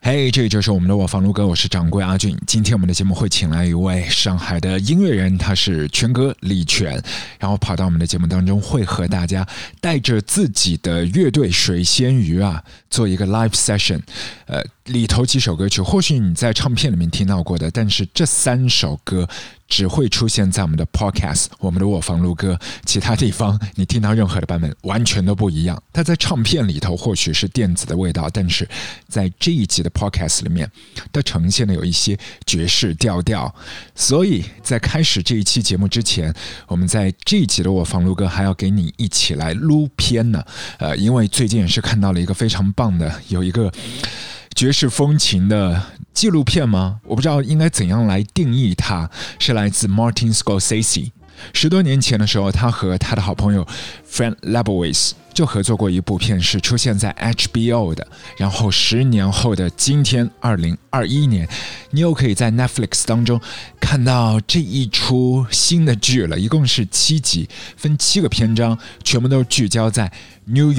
嘿，这就是我们的我房路哥，我是掌柜阿俊。今天我们的节目会请来一位上海的音乐人，他是权哥李权，然后跑到我们的节目当中，会和大家带着自己的乐队水仙鱼做一个 live session。里头几首歌曲或许你在唱片里面听到过的，但是这3首歌只会出现在我们的 podcast 我们的我房路歌，其他地方你听到任何的版本完全都不一样。它在唱片里头或许是电子的味道，但是在这一集的 podcast 里面它呈现的有一些爵士调调。所以在开始这一期节目之前，我们在这一集的我房路歌还要给你一起来撸片呢。因为最近也是看到了一个非常棒的，有一个爵士风情的纪录片吗？我不知道应该怎样来定义它，是来自 Martin Scorsese。10多年前的时候，他和他的好朋友 Frank Lebowitz 就合作过一部片，是出现在 HBO 的。然后10年后的今天2021年，你又可以在 Netflix 当中看到这一出新的剧了，一共是7集，分7个篇章，全部都聚焦在 New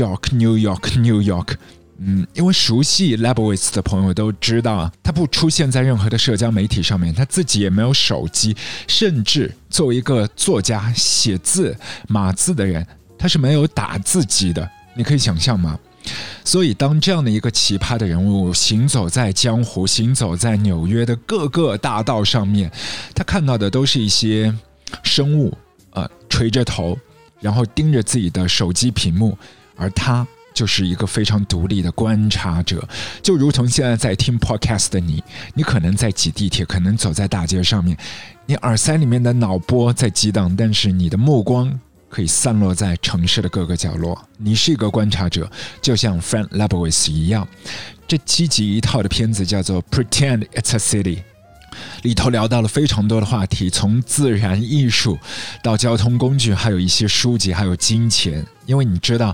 York。因为熟悉 Lebowitz 的朋友都知道他不出现在任何的社交媒体上面，他自己也没有手机，甚至作为一个作家写字码字的人，他是没有打字机的，你可以想象吗？所以当这样的一个奇葩的人物行走在江湖，行走在纽约的各个大道上面，他看到的都是一些生物垂着头，然后盯着自己的手机屏幕，而他就是一个非常独立的观察者。就如同现在在听 podcast 的你可能在挤地铁，可能走在大街上面，你耳塞里面的脑波在激荡，但是你的目光可以散落在城市的各个角落。你是一个观察者，就像 Frank Lebowitz 一样。这7集一套的片子叫做 Pretend It's a City，里头聊到了非常多的话题，从自然艺术到交通工具，还有一些书籍，还有金钱。因为你知道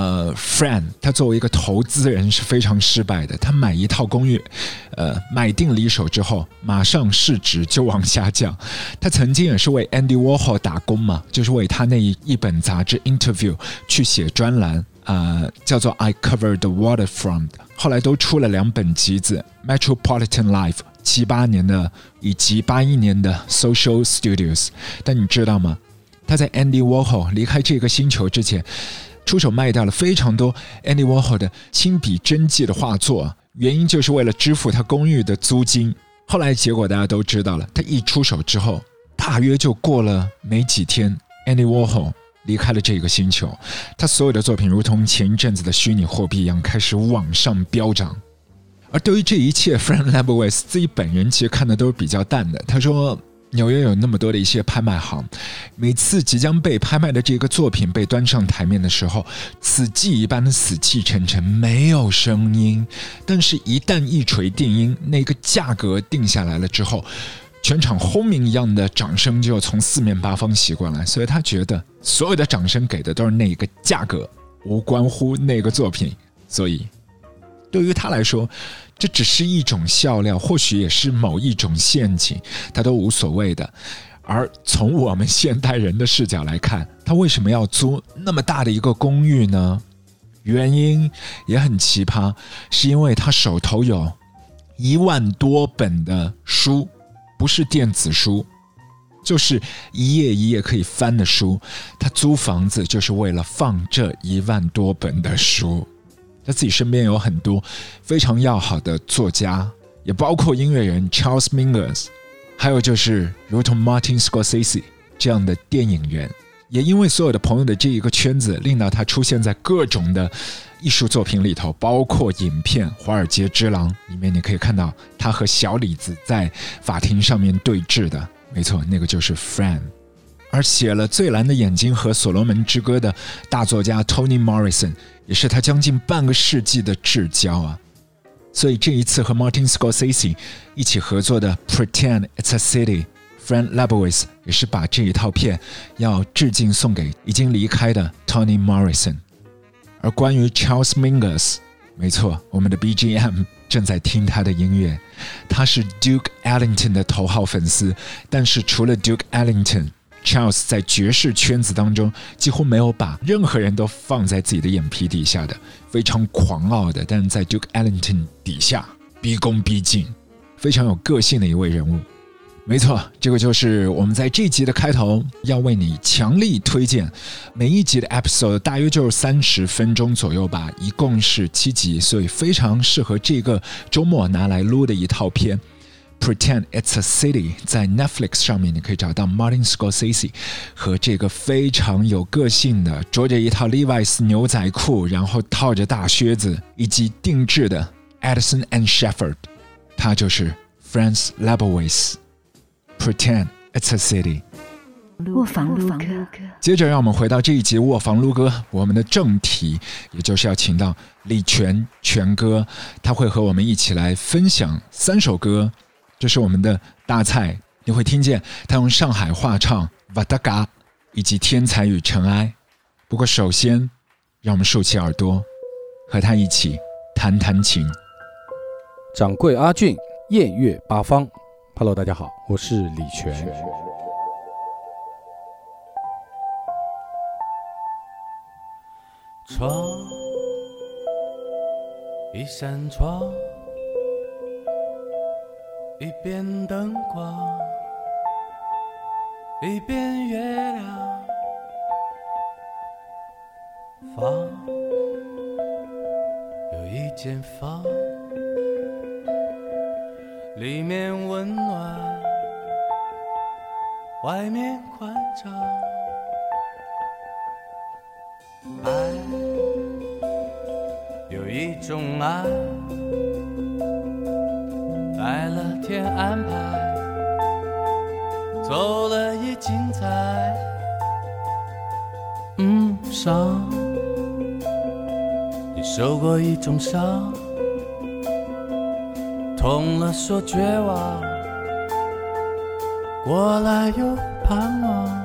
Frank 他作为一个投资人是非常失败的，他买一套公寓买定离手之后，马上市值就往下降。他曾经也是为 Andy Warhol 打工嘛，就是为他那一本杂志 Interview 去写专栏，叫做 I Covered the Waterfront， 后来都出了2本集子 Metropolitan Life 78年的以及81年的 Social Studios。 但你知道吗，他在 Andy Warhol 离开这个星球之前，出手卖掉了非常多 Andy Warhol 的亲笔真迹的画作，原因就是为了支付他公寓的租金。后来结果大家都知道了，他一出手之后，大约就过了没几天， Andy Warhol 离开了这个星球，他所有的作品如同前一阵子的虚拟货币一样开始往上飙涨。而对于这一切 Frank Lebowitz 自己本人其实看的都是比较淡的。他说纽约有那么多的一些拍卖行，每次即将被拍卖的这个作品被端上台面的时候，死寂一般的死气沉沉，没有声音。但是一旦一锤定音，那个价格定下来了之后，全场轰鸣一样的掌声就从4面8方袭过来。所以他觉得所有的掌声给的都是那个价格，无关乎那个作品。所以对于他来说，这只是一种笑料，或许也是某一种陷阱，他都无所谓的。而从我们现代人的视角来看，他为什么要租那么大的一个公寓呢？原因也很奇葩，是因为他手头有1万多本的书，不是电子书，就是一页一页可以翻的书。他租房子就是为了放这1万多本的书。他自己身边有很多非常要好的作家，也包括音乐人 Charles Mingus， 还有就是如同 Martin Scorsese 这样的电影人。也因为所有的朋友的这一个圈子，令到他出现在各种的艺术作品里头，包括影片《华尔街之狼》里面，你可以看到他和小李子在法庭上面对峙的，没错，那个就是 Frank。而写了《最蓝的眼睛》和《所罗门之歌》的大作家 Toni Morrison 也是他将近半个世纪的至交啊。所以这一次和 Martin Scorsese 一起合作的 Pretend It's a City， Frank Lebowitz 也是把这一套片要致敬送给已经离开的 Toni Morrison。 而关于 Charles Mingus， 没错，我们的 BGM 正在听他的音乐，他是 Duke Ellington 的头号粉丝。但是除了 Duke Ellington，Charles 在爵士圈子当中几乎没有把任何人都放在自己的眼皮底下的，非常狂傲的。但是在 Duke Ellington 底下毕恭毕敬，非常有个性的一位人物。没错，这个就是我们在这一集的开头要为你强力推荐。每一集的 episode 大约就是30分钟左右吧，一共是7集，所以非常适合这个周末拿来撸的一套片。Pretend It's a City 在 Netflix 上面你可以找到 Martin Scorsese 和这个非常有个性的着着一套 Levi's 牛仔裤，然后套着大靴子以及定制的 Addison and Shepard， 他就是 Franz Lebowitz。Pretend It's a City。 卧房撸歌。 接着让我们回到这一集卧房撸歌，我们的正题，也就是要请到李泉泉哥，他会和我们一起来分享3首歌，这是我们的大菜，你会听见他用上海话唱 Vadaga 以及天才与尘埃。不过首先让我们竖起耳朵和他一起弹弹琴。 掌柜阿俊，艳月八方。Hello， 大家好，我是李泉。 窗，一扇窗，一边灯光，一边月亮。房，有一间房，里面温暖，外面宽敞。爱，有一种爱，来了天安排，走了也精彩。伤，你受过一种伤，痛了说绝望，过来又盼望。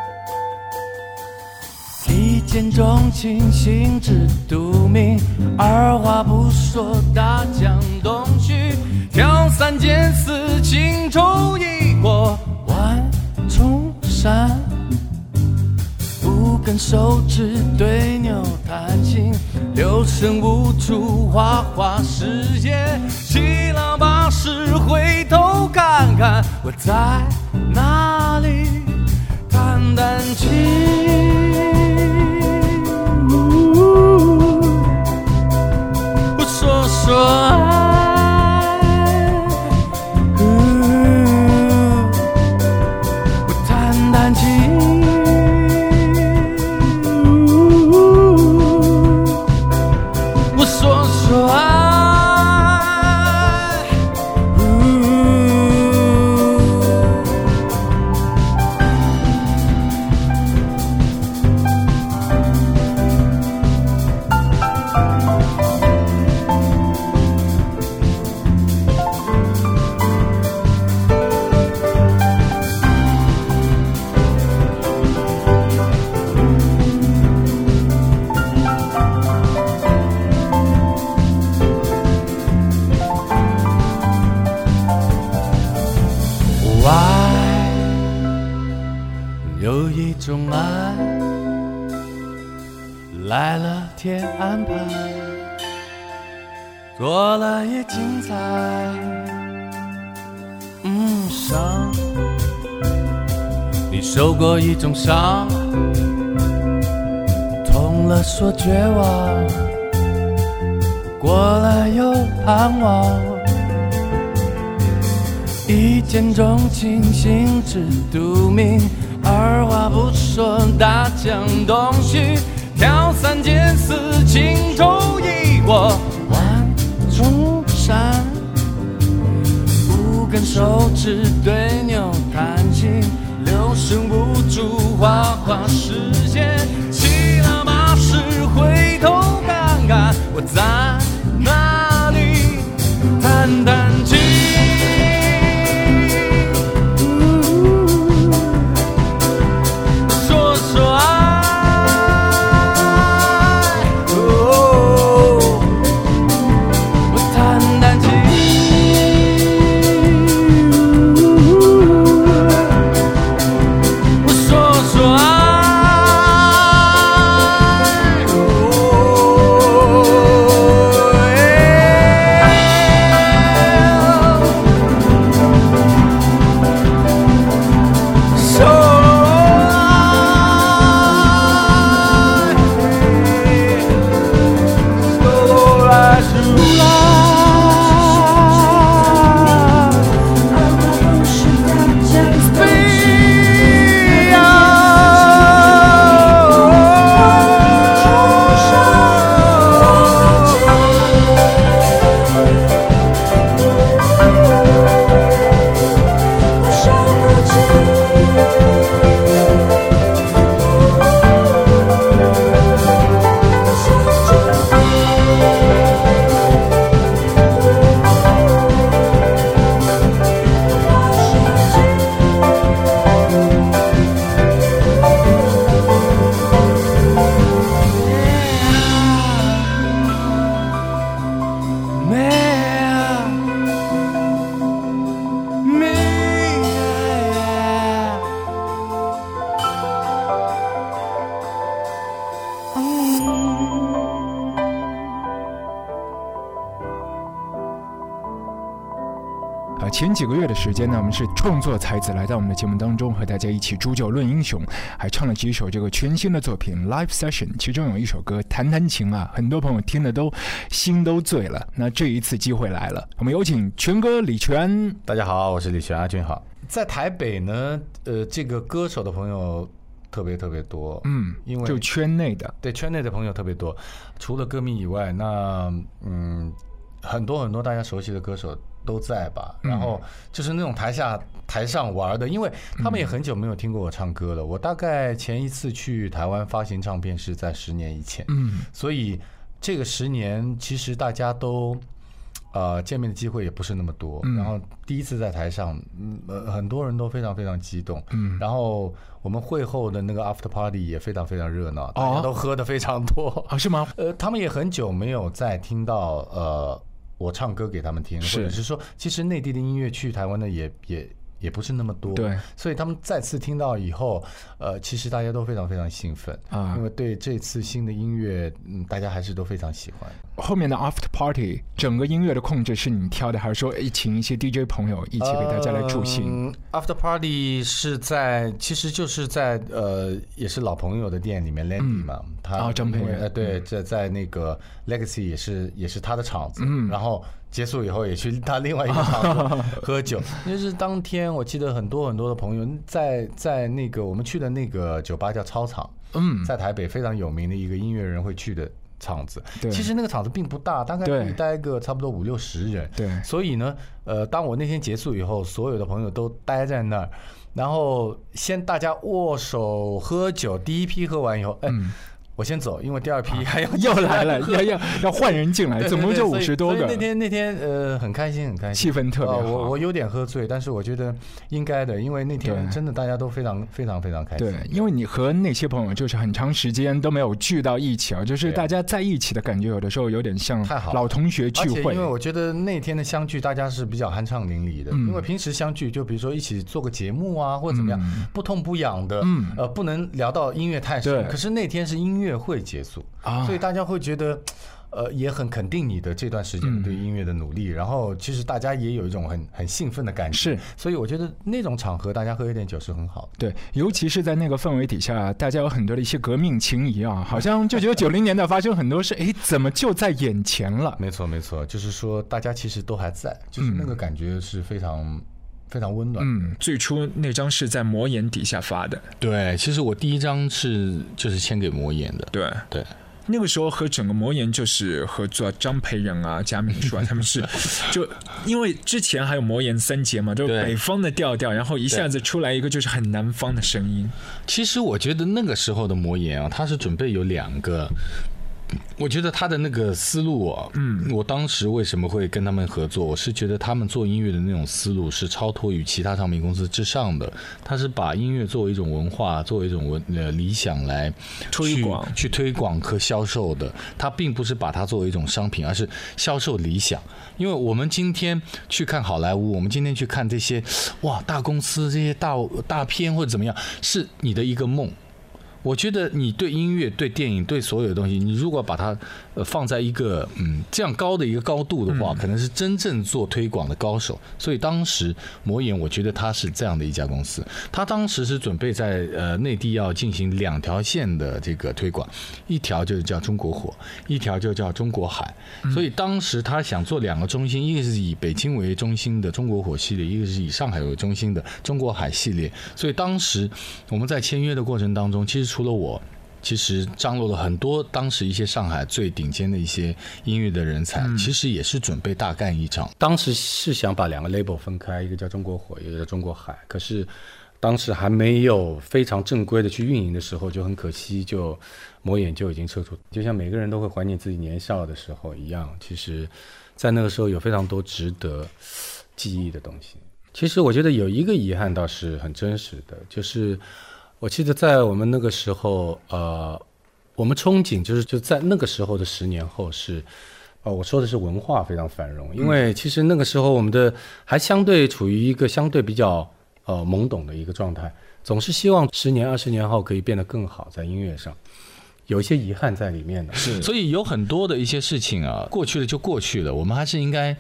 一见钟情，心知肚明，二话不说，大江东去，挑3拣4，情仇已过万重山。5根手指对牛弹琴，6神无主，花花世界。7老8十，回头看看我在哪里，弹弹琴。说说爱，我弹弹琴，我说说爱。有一种爱，来了天安排，做了也精彩。伤，你受过一种伤，痛了说绝望，过了又盼望。一见钟情，心知肚明，二话不说，大江东去，挑3拣4，情仇已过万重山。5根手指对牛弹琴，6神无主，花花世界。7老8十，回头看看我在哪里，弹弹琴。 前几个月的时间呢，我们是创作才子来到我们的节目当中，和大家一起煮酒论英雄，还唱了几首这个全新的作品 Live Session， 其中有一首歌《弹弹琴》啊，很多朋友听的都心都醉了。那这一次机会来了，我们有请全哥李全。 大家好，我是李全，阿俊好。在台北呢，这个歌手的朋友特别多，因为就圈内的， 对圈内的朋友特别多，除了歌迷以外，那很多大家熟悉的歌手都在吧，然后就是那种台下台上玩的，因为他们也很久没有听过我唱歌了。我大概前一次去台湾发行唱片是在10年以前，所以这个10年其实大家都见面的机会也不是那么多，然后第一次在台上，很多人都非常激动，然后我们会后的那个 after party 也非常热闹，大家都喝得非常多是吗？ 他们也很久没有再听到我唱歌给他们听，或者是说，其实内地的音乐去台湾的也不是那么多， 对， 所以他们再次听到以后，其实大家都非常兴奋啊，因为对这次新的音乐，大家还是都非常喜欢。 后面的 after party 整个音乐的控制是你挑的，还是说请一些 DJ 朋友一起给大家来助兴 ？after party 是其实就是在也是老朋友的店里面 Landy 嘛，他张培仁对，在那个 Legacy 也是他的场子，然后结束以后也去他另外一个场子喝酒。就是当天我记得很多的朋友在那个我们去的那个酒吧叫操场，在台北非常有名的一个音乐人会去的场子。其实那个场子并不大，大概可以待个差不多50-60人。对，所以呢，当我那天结束以后，所有的朋友都待在那儿，然后先大家握手喝酒，第一批喝完以后，我先走，因为第二批还要来了，要换人进来，怎么就50多个？ 所以那天很开心， 气氛特别好。 我有点喝醉，但是我觉得应该的，因为那天真的大家都非常开心。 对，因为你和那些朋友就是很长时间都没有聚到一起啊，就是大家在一起的感觉，有的时候有点像老同学聚会。 因为我觉得那天的相聚，大家是比较酣畅淋漓的。因为平时相聚，就比如说一起做个节目啊，或者怎么样，不痛不痒的，不能聊到音乐太深。可是那天是音乐会结束，所以大家会觉得也很肯定你的这段时间对音乐的努力，然后其实大家也有一种很兴奋的感觉，是，所以我觉得那种场合大家喝一点酒是很好的。 对，尤其是在那个氛围底下，大家有很多的一些革命情谊啊，好像就觉得90年代发生很多事，怎么就在眼前了？ 没错，就是说大家其实都还在，就是那个感觉是非常温暖。 最初那张是在魔岩底下发的。 对，其实我第一张就是签给魔岩的。对， 那个时候和整个魔岩就是合作，张培仁啊、贾敏树啊，他们是就因为之前还有魔岩3杰嘛，就是北方的调调，然后一下子出来一个就是很南方的声音。 其实我觉得那个时候的魔岩啊，他是准备有2个。我觉得他的那个思路啊，我当时为什么会跟他们合作？我是觉得他们做音乐的那种思路是超脱于其他唱片公司之上的，他是把音乐作为一种文化，作为一种理想来去推广和销售的。他并不是把它作为一种商品，而是销售理想。因为我们今天去看好莱坞，我们今天去看这些大公司这些大片或者怎么样，是你的一个梦。我觉得你对音乐、对电影、对所有的东西，你如果把它放在一个这样高的一个高度的话，可能是真正做推广的高手。所以当时魔岩，我觉得它是这样的一家公司，他当时是准备在内地要进行2条线的这个推广，一条就叫中国火，一条就叫中国海。所以当时他想做2个中心，一个是以北京为中心的中国火系列，一个是以上海为中心的中国海系列。所以当时我们在签约的过程当中，其实除了我，其实张罗了很多当时一些上海最顶尖的一些音乐的人才，其实也是准备大干一场。当时是想把2个 label 分开，一个叫中国火，一个叫中国海。可是当时还没有非常正规的去运营的时候，就很可惜，就魔岩就已经撤出。就像每个人都会怀念自己年少的时候一样，其实在那个时候有非常多值得记忆的东西。其实我觉得有一个遗憾倒是很真实的，就是我记得在我们那个时候，我们憧憬就在那个时候的10年后是，我说的是文化非常繁荣，因为其实那个时候我们的还相对处于一个相对比较懵懂的一个状态，总是希望10年、20年后可以变得更好，在音乐上。有一些遗憾在里面的，所以有很多的一些事情啊，过去了就过去了，我们还是应该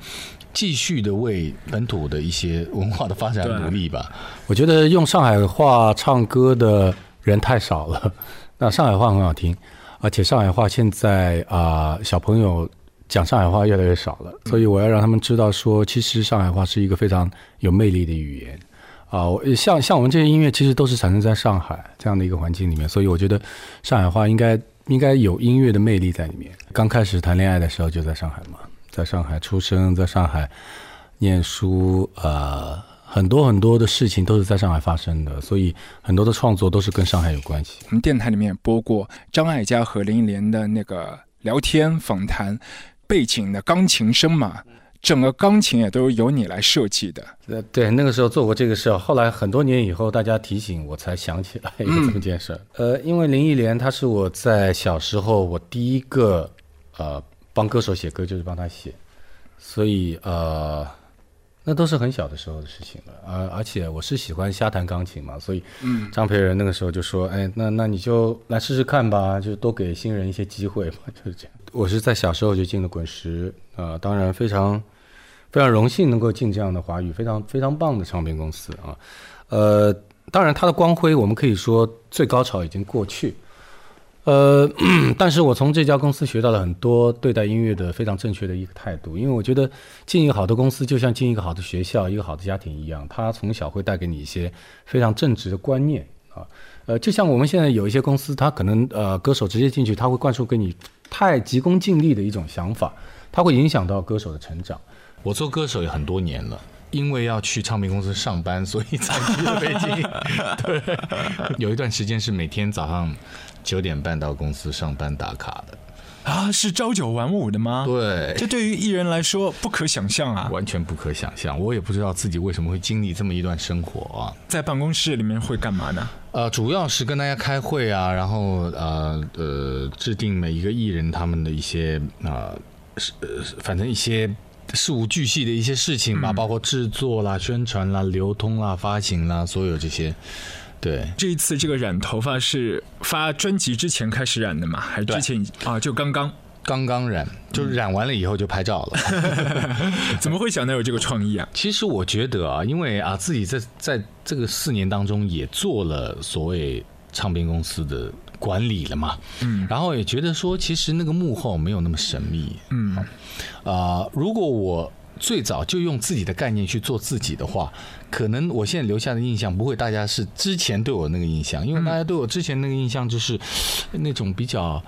继续的为本土的一些文化的发展努力吧。 我觉得用上海话唱歌的人太少了，那上海话很好听，而且上海话现在小朋友讲上海话越来越少了，所以我要让他们知道说，其实上海话是一个非常有魅力的语言像我们这些音乐其实都是产生在上海这样的一个环境里面，所以我觉得上海话应该有音乐的魅力在里面。刚开始谈恋爱的时候就在上海嘛，在上海出生，在上海念书，很多很多的事情都是在上海发生的，所以很多的创作都是跟上海有关系。 我们电台里面播过张艾嘉和林忆莲的那个聊天访谈，背景的钢琴声嘛，整个钢琴也都是由你来设计的。 对，那个时候做过这个事，后来很多年以后大家提醒我才想起来有这么件事。因为林忆莲她是我在小时候我第一个帮歌手写歌就是帮她写，所以那都是很小的时候的事情了。而且我是喜欢瞎弹钢琴嘛，所以张培仁那个时候就说，那你就来试试看吧，就多给新人一些机会嘛，就是这样。我是在小时候就进了滚石，当然非常非常荣幸能够进这样的华语非常非常棒的唱片公司啊。当然它的光辉我们可以说最高潮已经过去。但是我从这家公司学到了很多对待音乐的非常正确的一个态度，因为我觉得进一个好的公司就像进一个好的学校、一个好的家庭一样，它从小会带给你一些非常正直的观念就像我们现在有一些公司，它可能歌手直接进去，它会灌输给你太急功近利的一种想法，它会影响到歌手的成长。 我做歌手也很多年了，因为要去唱片公司上班，所以才去了北京。对，有一段时间是每天早上9点半到公司上班打卡的。 是朝9晚5的吗？ 对， 这对于艺人来说不可想象啊， 完全不可想象。我也不知道自己为什么会经历这么一段生活啊。 在办公室里面会干嘛呢？ 主要是跟大家开会啊，然后制定每一个艺人他们的一些反正一些事无巨细的一些事情吧，包括制作啦、宣传啦、流通啦、发行啦，所有这些。对， 这一次这个染头发是发专辑之前开始染的吗？还是之前就刚刚染，就染完了以后就拍照了。 怎么会想到有这个创意啊？ 其实我觉得因为自己在这个4年当中也做了所谓唱片公司的管理了嘛，然后也觉得说其实那个幕后没有那么神秘，如果我最早就用自己的概念去做自己的话，可能我现在留下的印象不会大家是之前对我那个印象，因为大家对我之前那个印象就是那种比较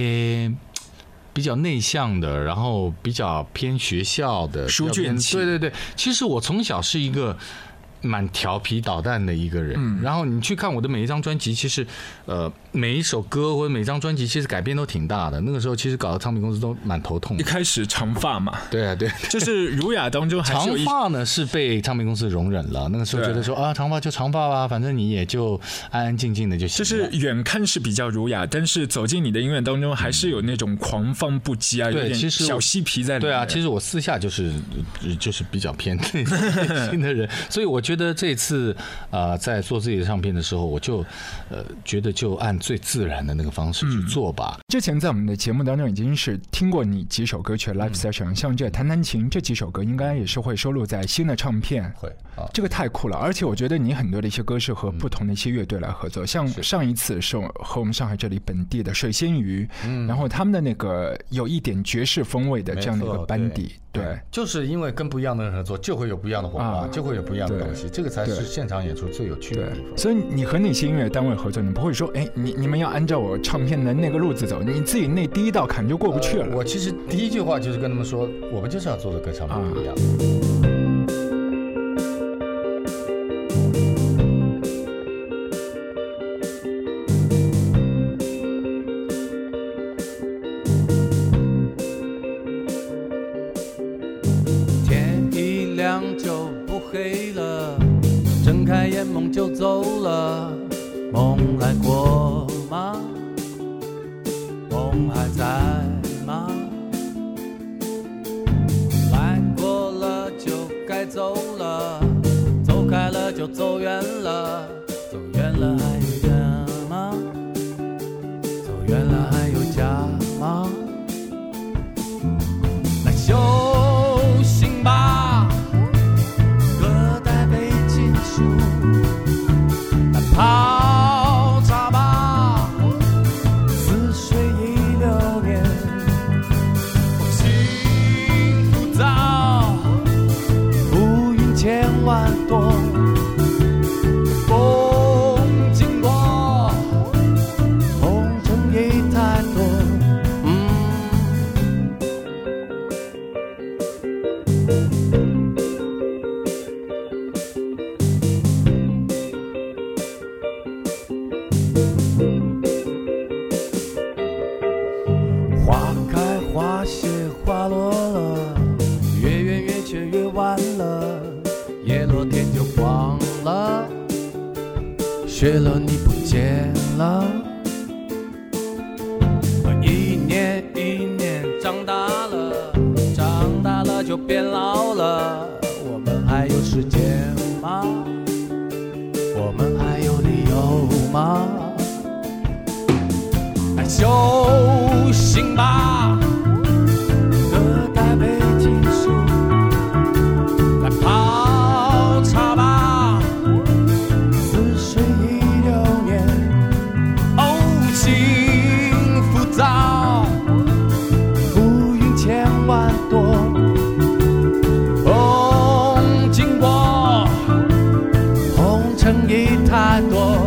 内向的，然后比较偏学校的书卷气。 对，其实我从小是一个蛮调皮捣蛋的一个人，然后你去看我的每一张专辑，其实每一首歌或者每张专辑其实改变都挺大的。那个时候其实搞得唱片公司都蛮头痛的。 一开始长发嘛， 对， 就是儒雅当中还是有长发呢是被唱片公司容忍了。那个时候觉得说长发就长发吧，反正你也就安安静静的就行了。 就是远看是比较儒雅，但是走进你的音乐当中还是有那种狂放不羁啊，有点小嬉皮在里面。 对啊，其实我私下就是比较偏内心的人，所以我觉得这次在做自己的唱片的时候，我就觉得就按最自然的那个方式去做吧。 之前在我们的节目当中已经是听过你几首歌曲 live session，像这弹弹琴这几首歌应该也是会收录在新的唱片。 会这个太酷了，而且我觉得你很多的一些歌是和不同的一些乐队来合作，像上一次是和我们上海这里本地的水仙鱼，然后他们的那个有一点爵士风味的这样的一个班底。对， 就是因为跟不一样的人合作，就会有不一样的火花，就会有不一样的东西，这个才是现场演出最有趣的地方。 所以你和那些音乐单位合作，你不会说，你们要按照我唱片的那个路子走，你自己那第一道坎就过不去了。 我其实第一句话就是跟他们说，我们就是要做的跟唱片不一样。 就不黑了，睁开眼梦就走了。梦来过吗？梦还在吗？来过了就该走了，走开了就走远了，走远了还有家吗？走远了还有家吗？来修行吧。 千万朵，风经过，红尘也太多。花开花谢花落了，月圆月缺月弯了，叶落天就黄了，雪了你不见了。一年一年长大了，长大了就变老了，我们还有时间吗？我们还有理由吗？修行吧，喝干杯金属，来泡茶吧，似水已流年。哦，心浮躁，浮云千万朵，风经过，红尘已太多。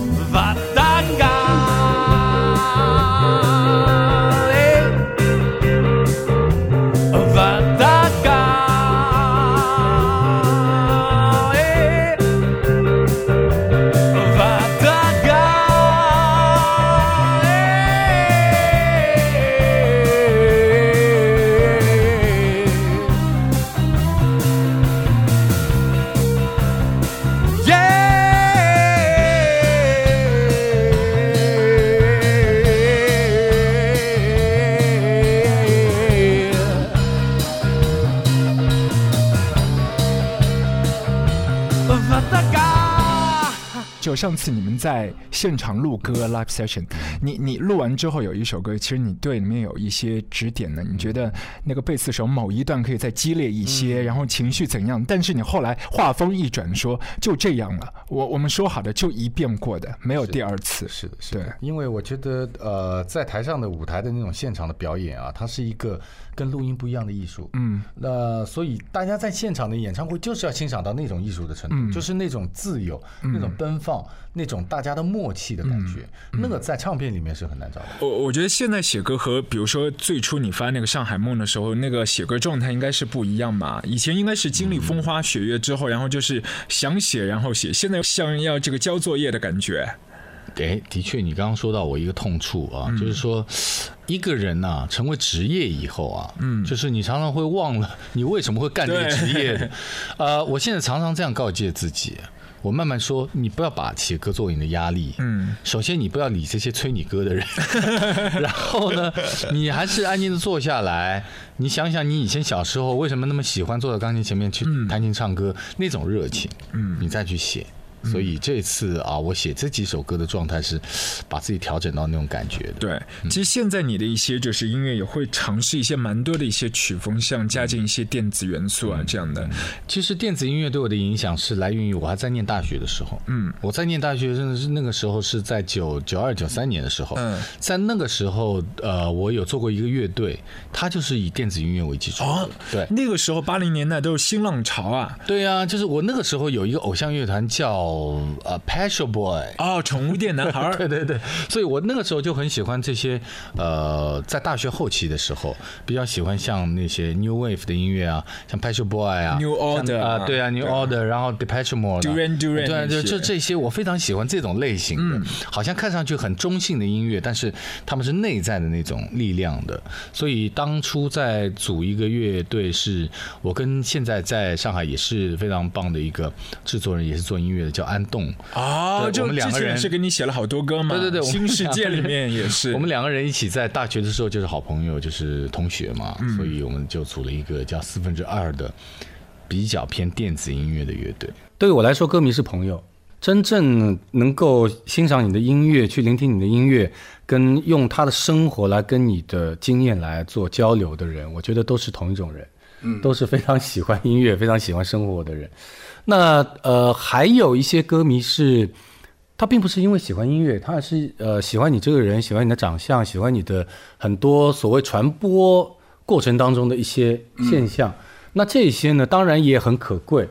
就上次你们在现场录歌 live session， 你录完之后有一首歌，其实你对里面有一些指点呢，你觉得那个贝斯手某一段可以再激烈一些，然后情绪怎样？但是你后来话锋一转说就这样了，我们说好的就一遍过的，没有第二次。 是的，对，因为我觉得在台上的舞台的那种现场的表演啊，它是一个跟录音不一样的艺术。所以大家在现场的演唱会就是要欣赏到那种艺术的程度，就是那种自由、那种奔放、那种大家的默契的感觉，那个在唱片里面是很难找的。 我觉得现在写歌和比如说最初你发那个《上海梦》的时候，那个写歌状态应该是不一样嘛。以前应该是经历风花雪月之后，然后就是想写然后写，现在像要这个交作业的感觉。 的确，你刚刚说到我一个痛处啊，就是说一个人啊成为职业以后啊，就是你常常会忘了你为什么会干这个职业的。我现在常常这样告诫自己，我慢慢说，你不要把写歌作为你的压力。首先你不要理这些催你歌的人，然后呢，你还是安静的坐下来，你想想你以前小时候为什么那么喜欢坐在钢琴前面去弹琴唱歌那种热情，你再去写。所以这次啊，我写这几首歌的状态是把自己调整到那种感觉的。 对，其实现在你的一些就是音乐也会尝试一些蛮多的一些曲风，像加进一些电子元素啊这样的。 其实电子音乐对我的影响是来源于我还在念大学的时候。我在念大学那个时候是在92、93年的时候。在那个时候，我有做过一个乐队，它就是以电子音乐为基础。对， 那个时候80年代都是新浪潮啊。 对啊，就是我那个时候有一个偶像乐团叫Pet Shop Boy， 宠物店男孩。 对对对，所以我那个时候就很喜欢这些在大学后期的时候比较喜欢像那些 New Wave 的音乐啊，像 Pet Shop Boy 啊 New Order 对啊 New Order， 然后 Depeche Mode、Duran Duran， 对，就这些我非常喜欢这种类型的，好像看上去很中性的音乐，但是他们是内在的那种力量的。所以当初在组一个乐队，是我跟现在在上海也是非常棒的一个制作人，也是做音乐的，叫安栋。 就我们两个人是跟你写了好多歌嘛。 对， 新世界里面也是。 我们两个人一起在大学的时候就是好朋友，就是同学嘛，所以我们就组了一个叫2/4的比较偏电子音乐的乐队。 对于我来说，歌迷是朋友，真正能够欣赏你的音乐，去聆听你的音乐，跟用他的生活来跟你的经验来做交流的人，我觉得都是同一种人，都是非常喜欢音乐、非常喜欢生活的人。那还有一些歌迷是，他并不是因为喜欢音乐，他是喜欢你这个人，喜欢你的长相，喜欢你的很多所谓传播过程当中的一些现象。那这些呢，当然也很可贵。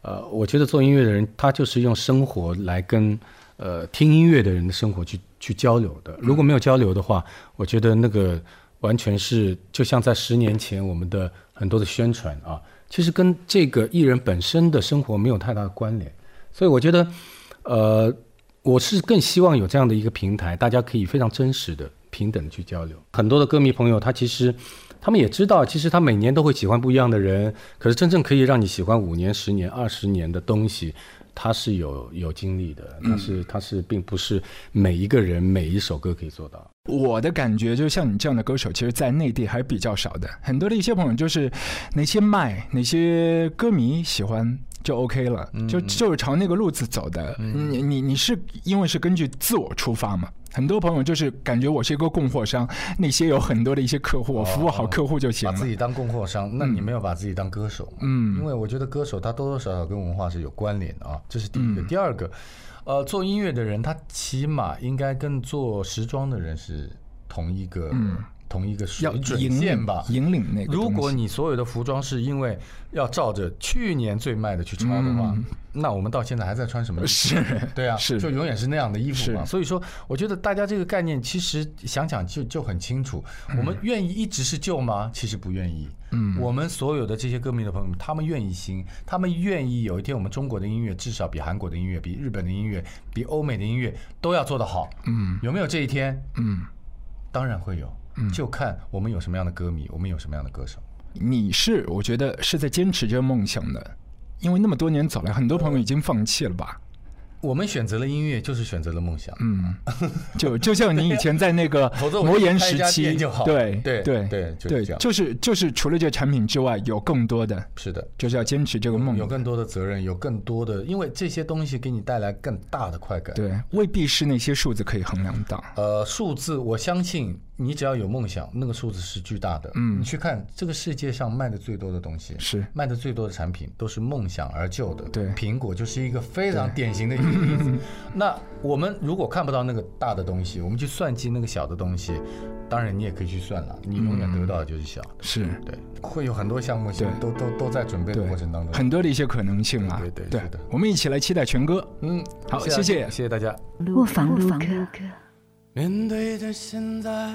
我觉得做音乐的人，他就是用生活来跟听音乐的人的生活去交流的。如果没有交流的话，我觉得那个完全是就像在10年前我们的很多的宣传啊，其实跟这个艺人本身的生活没有太大的关联。所以我觉得我是更希望有这样的一个平台，大家可以非常真实的平等的去交流。很多的歌迷朋友他们也知道，其实他每年都会喜欢不一样的人，可是真正可以让你喜欢5年、10年、20年的东西，它是有经历的，它是并不是每一个人每一首歌可以做到。 我的感觉就像你这样的歌手，其实在内地还比较少的。很多的一些朋友就是哪些歌迷喜欢就 OK 了，就是朝那个路子走的。你是因为是根据自我出发嘛？很多朋友就是感觉我是一个供货商，那些有很多的一些客户，我服务好客户就行了。 把自己当供货商，那你没有把自己当歌手。因为我觉得歌手他多多少少跟文化是有关联的啊，这是第一个。第二个，做音乐的人他起码应该跟做时装的人是同一个水准线吧， 引领那个东西。 如果你所有的服装是因为要照着去年最卖的去抄的话，那我们到现在还在穿什么衣服？ 是， 对啊， 是， 就永远是那样的衣服嘛。所以说，我觉得大家这个概念其实想想就很清楚。我们愿意一直是旧吗？其实不愿意。我们所有的这些歌迷的朋友们，他们愿意新，他们愿意有一天我们中国的音乐至少比韩国的音乐、比日本的音乐、比欧美的音乐都要做得好。有没有这一天？当然会有。就看我们有什么样的歌迷，我们有什么样的歌手。 我觉得是在坚持这个梦想的，因为那么多年走来，很多朋友已经放弃了吧。 我们选择了音乐，就是选择了梦想。 就像你以前在那个魔岩时期， 对， 就是除了这个产品之外，有更多的， 是的， 就是要坚持这个梦， 有更多的责任，有更多的，因为这些东西给你带来更大的快感。 对，未必是那些数字可以衡量到。 数字，我相信你只要有梦想，那个数字是巨大的。你去看这个世界上卖的最多的东西， 是卖的最多的产品，都是梦想而就的。 对， 苹果就是一个非常典型的一个例子。那我们如果看不到那个大的东西，我们去算计那个小的东西，当然你也可以去算了，你永远得到的就是小。是，对，会有很多项目都在准备的过程当中， 很多的一些可能性啊。对，我们一起来期待全歌。好，谢谢大家。 卧房录歌。 面对着现在，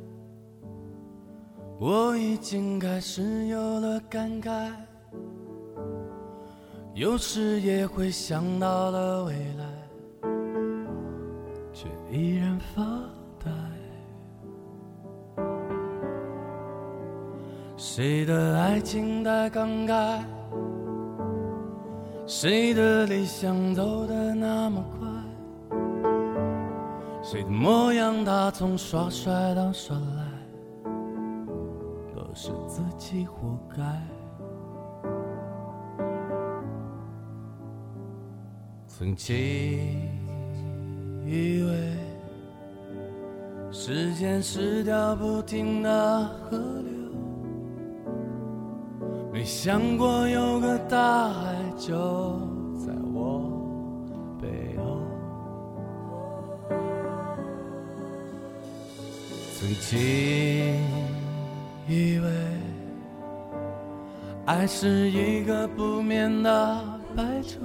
我已经开始有了感慨，有时也会想到了未来，却依然发呆。谁的爱情太慷慨，谁的理想走得那么快，谁的模样他从耍帅到耍赖，都是自己活该。曾经以为时间是条不停的河流，没想过有个大海就在我背后。曾经以为爱是一个不眠的白昼，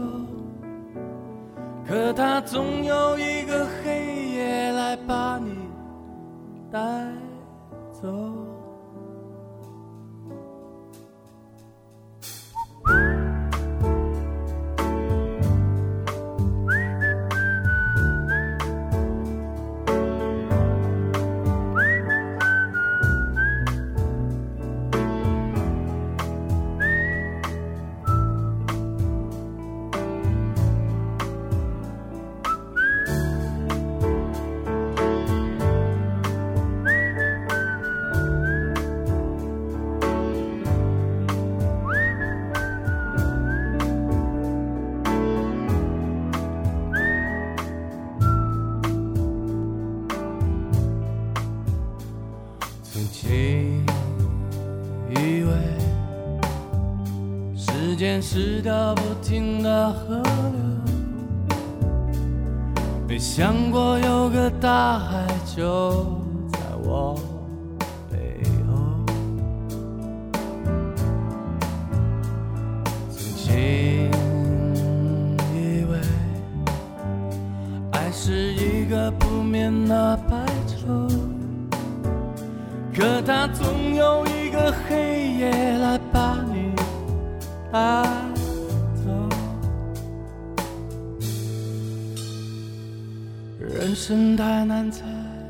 可它总有一个黑夜来把你带走。曾经以为时间是条不停的河流，没想过有个大海就在我背后。曾经不免那白昼，可它总有一个黑夜来把你带走。人生太难猜，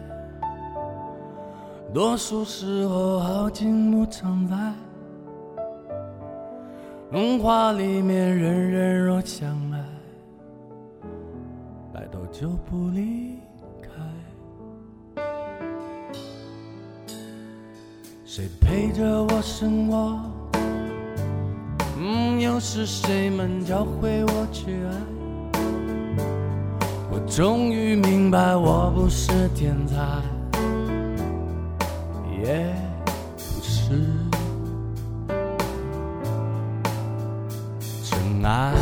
多数时候好景不常在，话里面人人若相爱，白头就不离开。谁陪着我生活？又是谁们教会我去爱？我终于明白，我不是天才，也不是真爱。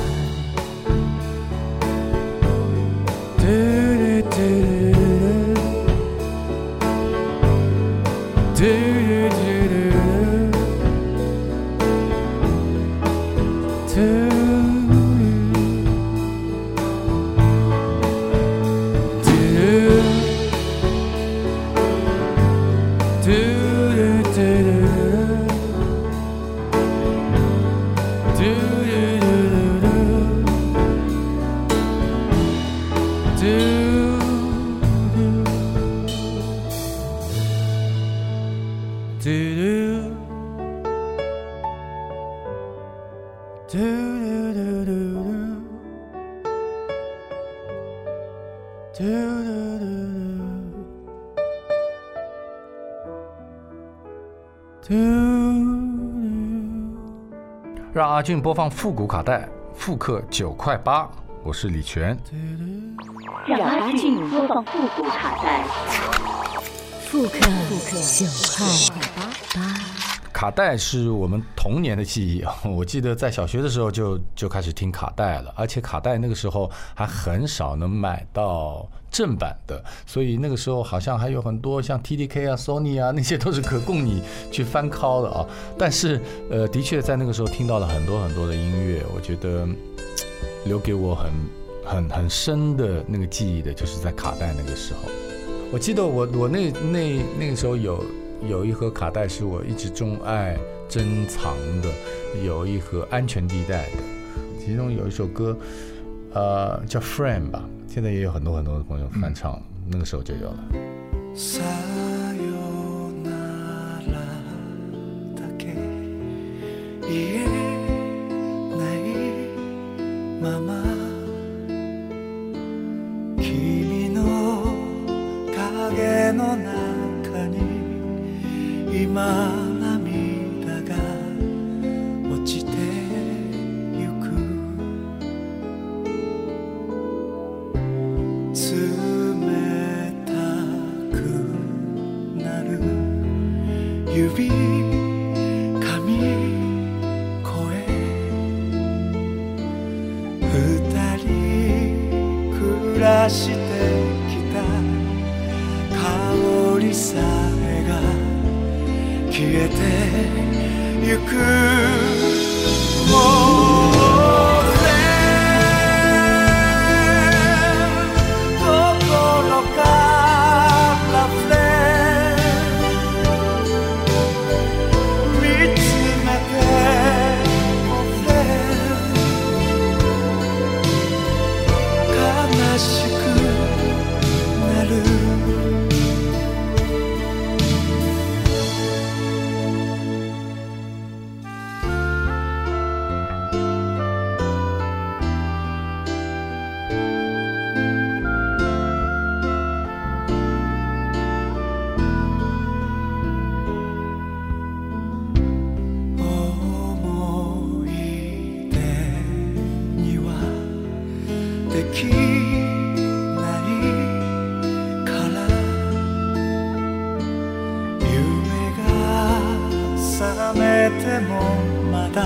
让阿俊播放复古卡带，复刻9块8，我是李全。 让阿俊播放复古卡带，复刻9块8。 卡带是我们童年的记忆啊！我记得在小学的时候就开始听卡带了，而且卡带那个时候还很少能买到正版的，所以那个时候好像还有很多像 TDK 啊、Sony 啊，那些都是可供你去翻拷的啊。但是的确在那个时候听到了很多很多的音乐，我觉得留给我很深的那个记忆的，就是在卡带那个时候。我记得我那个时候有一盒卡带是我一直钟爱珍藏的，有一盒安全地带的，其中有一首歌叫 Friend 吧，现在也有很多很多的朋友翻唱，那个时候就有了。 さよならだけ言えないまま君の影の中に今涙が落ちてゆく冷たくなる指髪声二人暮らしてきた香りさえが消えてゆく心から触れ見つめて悲しくなるてもまだ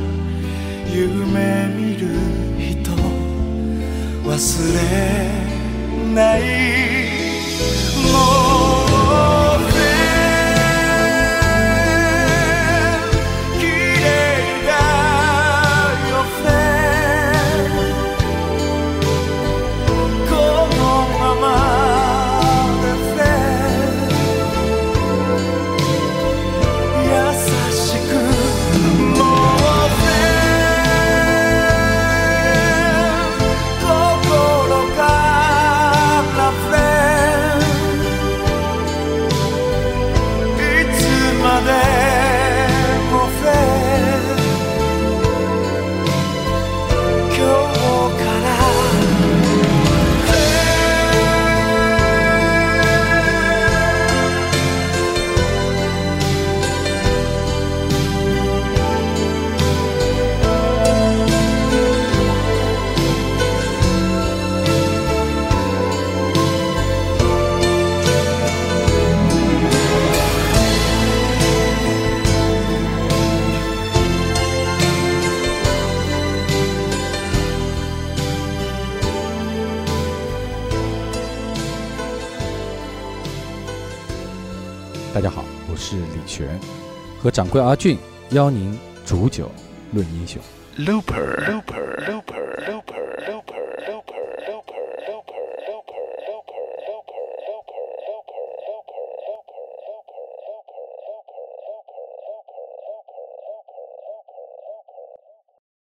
夢見る人忘れないもう綺麗だよこのまま是李泉，和掌柜阿俊邀您煮酒论英雄。 Looper